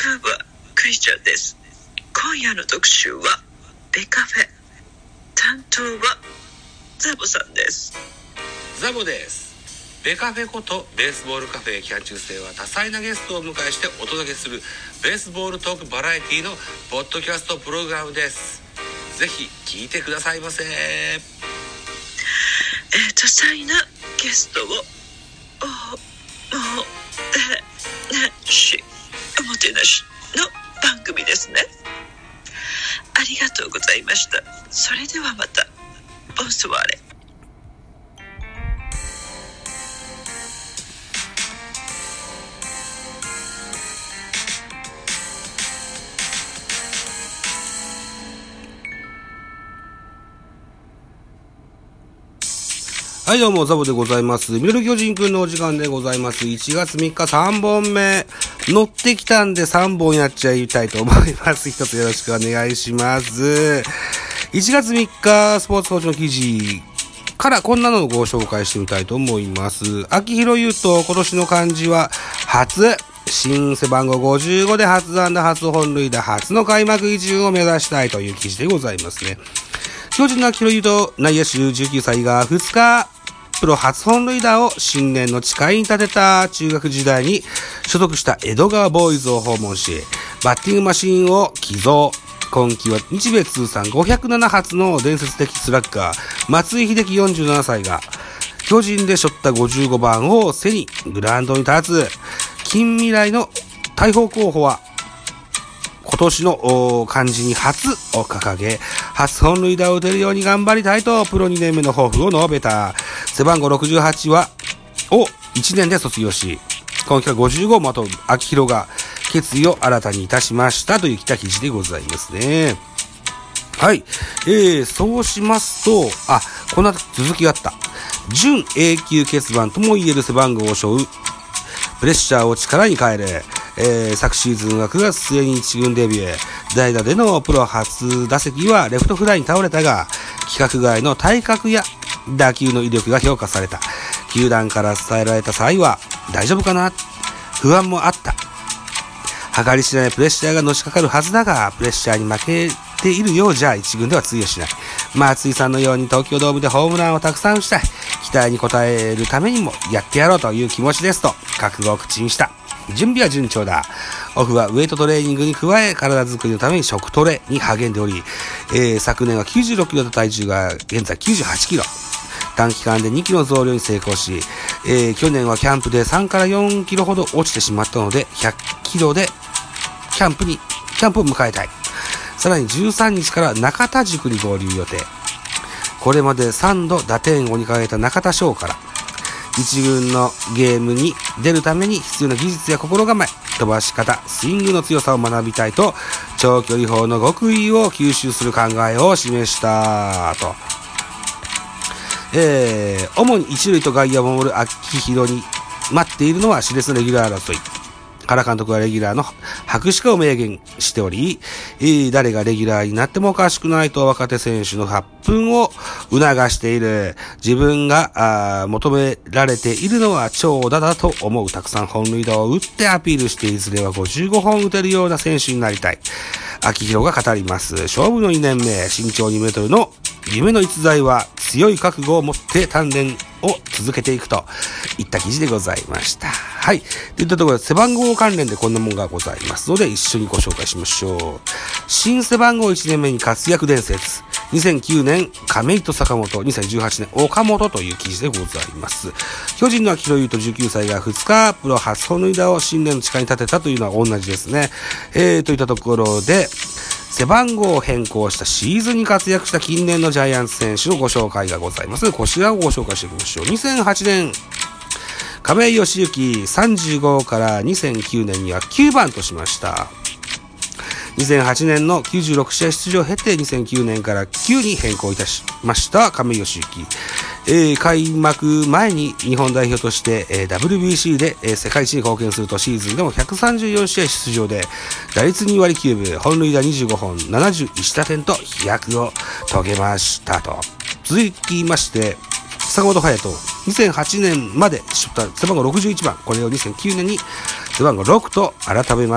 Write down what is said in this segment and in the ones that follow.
んはクリスチャンです。今夜の特集はベカフェ、担当はザボさんです。 ザボです。ベカフェことベースボールカフェ期間中世は多彩なゲストをお迎えしてお届けするベースボールトークバラエティのポッドキャストプログラムです。ぜひ聞いてくださいませ。 多彩なゲストをおもてなしの番組ですね。ありがとうございました。それではまた。ボンソワーレ。 はい、どうもザボでございます。ミドル巨人くんのお時間でございます。1月3日3本目乗ってきたんで3本やっちゃいたいと思います。一つよろしくお願いします。1月3日スポーツ報知の記事からこんなのをご紹介してみたいと思います。秋広優斗、今年の漢字は初、新背番号55で初安打初本塁打初の開幕一巡を目指したいという記事でございますね。巨人の秋広優斗内野手19歳が2日プロ初本塁打を新年の誓いに立てた。中学時代に所属した江戸川ボーイズを訪問し、バッティングマシンを寄贈。今季は日米通算507発の伝説的スラッガー松井秀喜47歳が巨人で背負った55番を背にグラウンドに立つ。近未来の大砲候補は今年の漢字に初を掲げ、初本塁打を打てるように頑張りたいとプロ2年目の抱負を述べた。背番号68を1年で卒業し、今季は55をまとう秋広が決意を新たにいたしましたという記事でございますね。はい。そうしますと、この後続きがあった。準永久欠番とも言える背番号を背負う。プレッシャーを力に変える。昨シーズンは9月末に1軍デビュー。代打でのプロ初打席はレフトフライに倒れたが、規格外の体格や打球の威力が評価された。球団から伝えられた際は、大丈夫かな？不安もあった。計り知れないプレッシャーがのしかかるはずだが、プレッシャーに負けているようじゃ一軍では通用しない。松井さんのように東京ドームでホームランをたくさん打ちたい。期待に応えるためにもやってやろうという気持ちですと、覚悟を口にした。準備は順調だ。オフはウェイトトレーニングに加え、体作りのために食トレに励んでおり、昨年は96キロの体重が現在98キロ。短期間で2キロ増量に成功し、去年はキャンプで3から4キロほど落ちてしまったので、100キロでキャンプを迎えたい。さらに13日から中田塾に合流予定。これまで3度打点王に輝いた中田翔から、一軍のゲームに出るために必要な技術や心構え、飛ばし方、スイングの強さを学びたいと、長距離砲の極意を吸収する考えを示したと。主に一塁と外野を守る秋広に待っているのは熾烈なレギュラー争い。原監督はレギュラーの白紙化を明言しており、誰がレギュラーになってもおかしくないと若手選手の発奮を促している。自分が求められているのは長打だと思う。たくさん本塁打を打ってアピールして、いずれは55本打てるような選手になりたい。秋広が語ります。勝負の2年目、身長2メートルの夢の逸材は強い覚悟を持って鍛錬を続けていくといった記事でございました。はい。といったところで背番号関連でこんなもんがございますので一緒にご紹介しましょう。新背番号1年目に活躍伝説。2009年亀井と坂本、2018年岡本という記事でございます。巨人の秋広優斗19歳が2日プロ初本塁打を新年の誓いに立てたというのは同じですね。といったところで背番号を変更したシーズンに活躍した近年のジャイアンツ選手のご紹介がございます。こちらをご紹介していきましょう。2008年、亀井義行35から2009年には9番としました。2008年の96試合出場を経て2009年から9に変更いたしました亀井義行。開幕前に日本代表として、WBC で、世界一に貢献するとシーズンでも134試合出場で打率2割9分、本塁打25本、71打点と飛躍を遂げましたと。続きまして坂本勇人、2008年まで背番号61番、これを2009年に背番号6と改めます。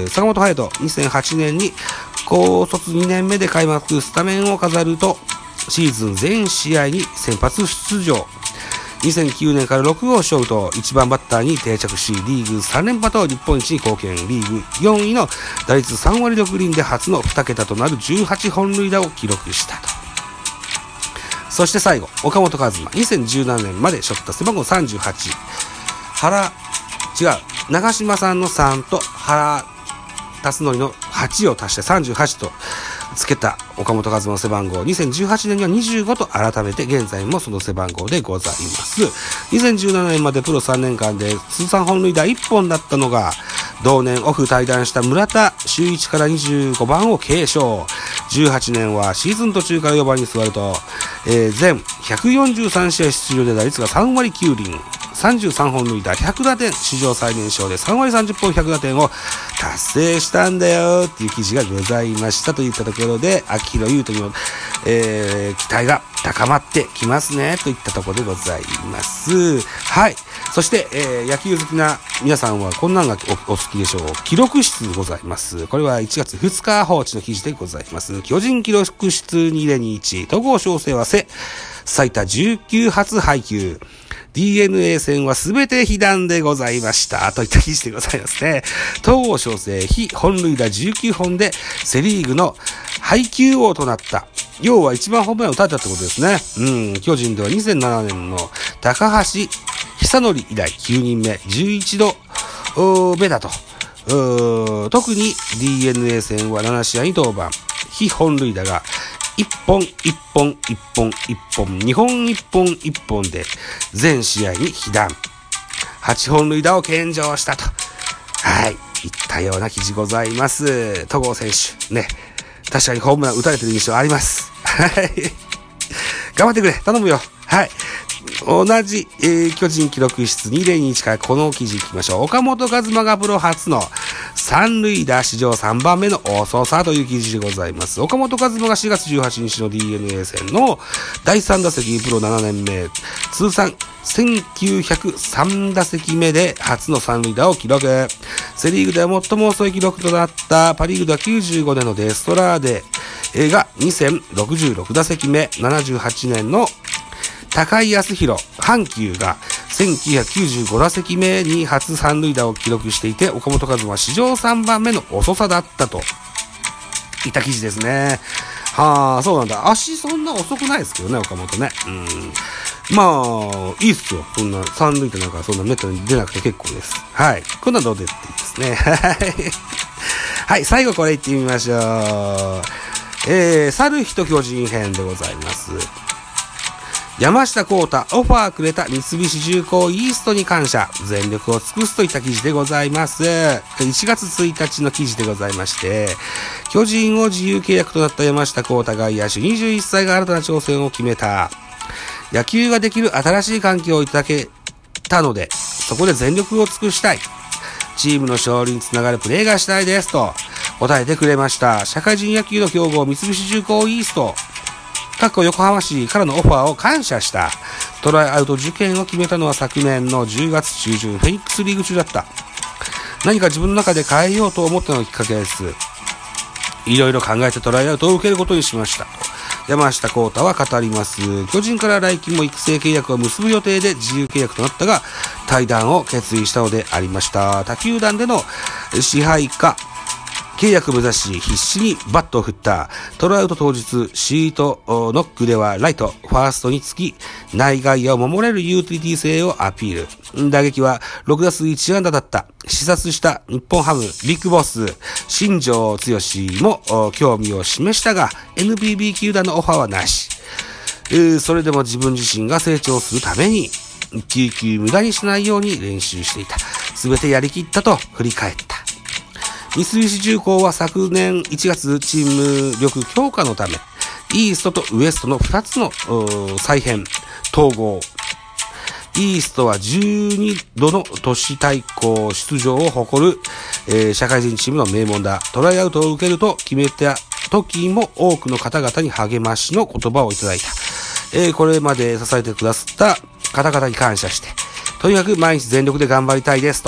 坂本勇人、2008年に高卒2年目で開幕スタメンを飾ると、シーズン全試合に先発出場。2009年から6号勝負と1番バッターに定着し、リーグ3連覇と日本一に貢献。リーグ4位の打率3割6厘で初の2桁となる18本塁打を記録したと。そして最後、岡本和真、2017年まで背負った背番号38。長嶋さんの3と原辰徳の8を足して38とつけた岡本和真の背番号、2018年には25と改めて現在もその背番号でございます。2017年までプロ3年間で通算本塁打1本だったのが、同年オフ退団した村田修一から25番を継承。18年はシーズン途中から4番に座ると、全143試合出場で打率が3割9厘。33本塁打100打点、史上最年少で3割30本100打点を達成したんだよっていう記事がございましたといったところで、秋広優斗にも、期待が高まってきますねといったところでございます。はい。そして、野球好きな皆さんはこんなんが お好きでしょう。記録室ございます。これは1月2日放置の記事でございます。巨人記録室2021、戸郷翔征は最多19発配球。DNA 戦はすべて被弾でございましたといった記事でございますね。戸郷翔征、被本塁打19本でセリーグの配球王となった。要は一番ホームランを打たれたってことですね。巨人では2007年の高橋久典以来9人目、11度目だと。特に DNA 戦は7試合に登板。被本塁打が1本1本1本1本2本1本1本で全試合に被弾。8本塁打を献上したと。はい。いったような記事ございます。戸郷選手。ね。確かにホームラン打たれてる印象あります。はい。頑張ってくれ。頼むよ。はい。同じ、巨人記録室2021からこの記事いきましょう。岡本和真がプロ初の三塁打史上3番目の遅さという記事でございます。岡本和真が4月18日の DNA 戦の第3打席プロ7年目、通算1903打席目で初の三塁打を記録。セリーグでは最も遅い記録となったパリーグでは95年のデストラーデが2066打席目、78年の高井康弘、阪急が1995打席目に初三塁打を記録していて、岡本和真は史上3番目の遅さだったといった記事ですね。はあ、そうなんだ。足そんな遅くないですけどね、岡本ね。まあ、いいっすよ。そんな三塁打なんかそんなめったに出なくて結構です。はい。こんなのどうでっていいですね。はい。はい、最後これいってみましょう。去る人巨人編でございます。山下幸太、オファーくれた三菱重工イーストに感謝。全力を尽くすといった記事でございます。1月1日の記事でございまして、巨人を自由契約となった山下幸太外野手21歳が新たな挑戦を決めた。野球ができる新しい環境をいただけたので、そこで全力を尽くしたい。チームの勝利につながるプレーがしたいですと答えてくれました。社会人野球の強豪三菱重工イースト。横浜市からのオファーを感謝した。トライアウト受験を決めたのは昨年の10月中旬、フェニックスリーグ中だった。何か自分の中で変えようと思ったのがきっかけです。いろいろ考えてトライアウトを受けることにしました。山下幸太は語ります。巨人から来季も育成契約を結ぶ予定で自由契約となったが、退団を決意したのでありました。他球団での支配下契約を目指し必死にバットを振った。トライアウト当日、シートノックではライト、ファーストにつき内外野を守れるユーティリティ性をアピール。打撃は6打数1安打だった。視察した日本ハムビッグボス新庄剛志も興味を示したが NPB 球団のオファーはなし。それでも自分自身が成長するために1球無駄にしないように練習していた。すべてやりきったと振り返った。三菱重工は昨年1月チーム力強化のためイーストとウエストの2つの再編統合。イーストは12度の都市対抗出場を誇る、社会人チームの名門だ。トライアウトを受けると決めた時も多くの方々に励ましの言葉をいただいた。これまで支えてくださった方々に感謝してとにかく毎日全力で頑張りたいですと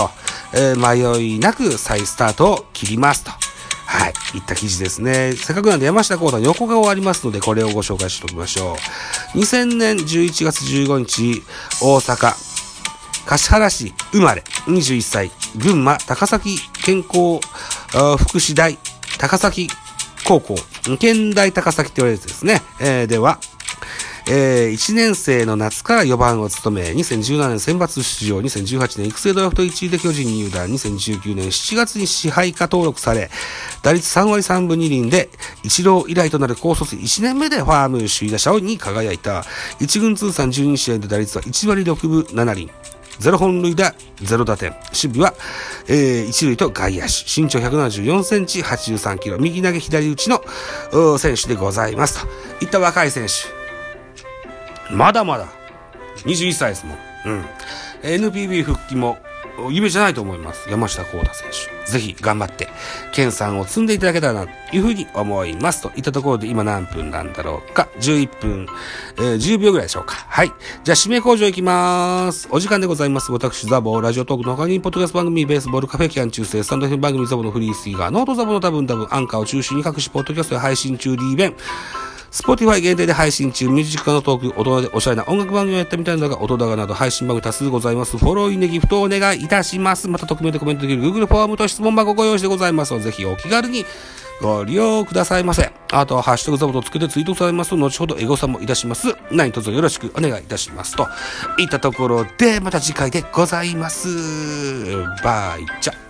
迷いなく再スタートを切りますと。はい。いった記事ですね。せっかくなんで山下幸太の横顔ありますので、これをご紹介しておきましょう。2000年11月15日、大阪、橿原市生まれ、21歳、群馬高崎健康福祉大高崎高校、県大高崎と言われるやつですね。では、1年生の夏から4番を務め、2017年選抜出場、2018年育成ドラフト1位で巨人に入団、2019年7月に支配下登録され、打率3割3分2厘で、イチロー以来となる高卒1年目でファーム首位打者に輝いた。1軍通算12試合で打率は1割6分7厘。0本塁打、0打点。守備は、一塁と外野手。身長174センチ、83キロ。右投げ左打ちの選手でございますと。いった若い選手。まだまだ21歳ですもん。NPB 復帰も夢じゃないと思います。山下幸太選手。ぜひ頑張って、県産を積んでいただけたらな、というふうに思います。といったところで今何分なんだろうか。11分、10秒ぐらいでしょうか。はい。じゃあ、指名工場いきます。お時間でございます。私、ザボ、ラジオトークの他に、ポッドキャスト番組、ベースボールカフェ、キャン中世、スタンド FM 番組、ザボのフリースイガー、ノートザボの多分、アンカーを中心に各種ポッドキャストで配信中、リーベン、Spotify 限定で配信中、ミュージックのトーク、大人でおしゃれな音楽番組をやったみたいなのが、音高など配信番組多数ございます。フォロー、いいね、ギフトをお願いいたします。また、匿名でコメントできる Google フォームと質問箱ご用意してございますので、ぜひお気軽にご利用くださいませ。あとは、ハッシュタグザボとつけてツイートされますと、後ほどエゴサもいたします。何卒よろしくお願いいたします。といったところで、また次回でございます。バイチャ。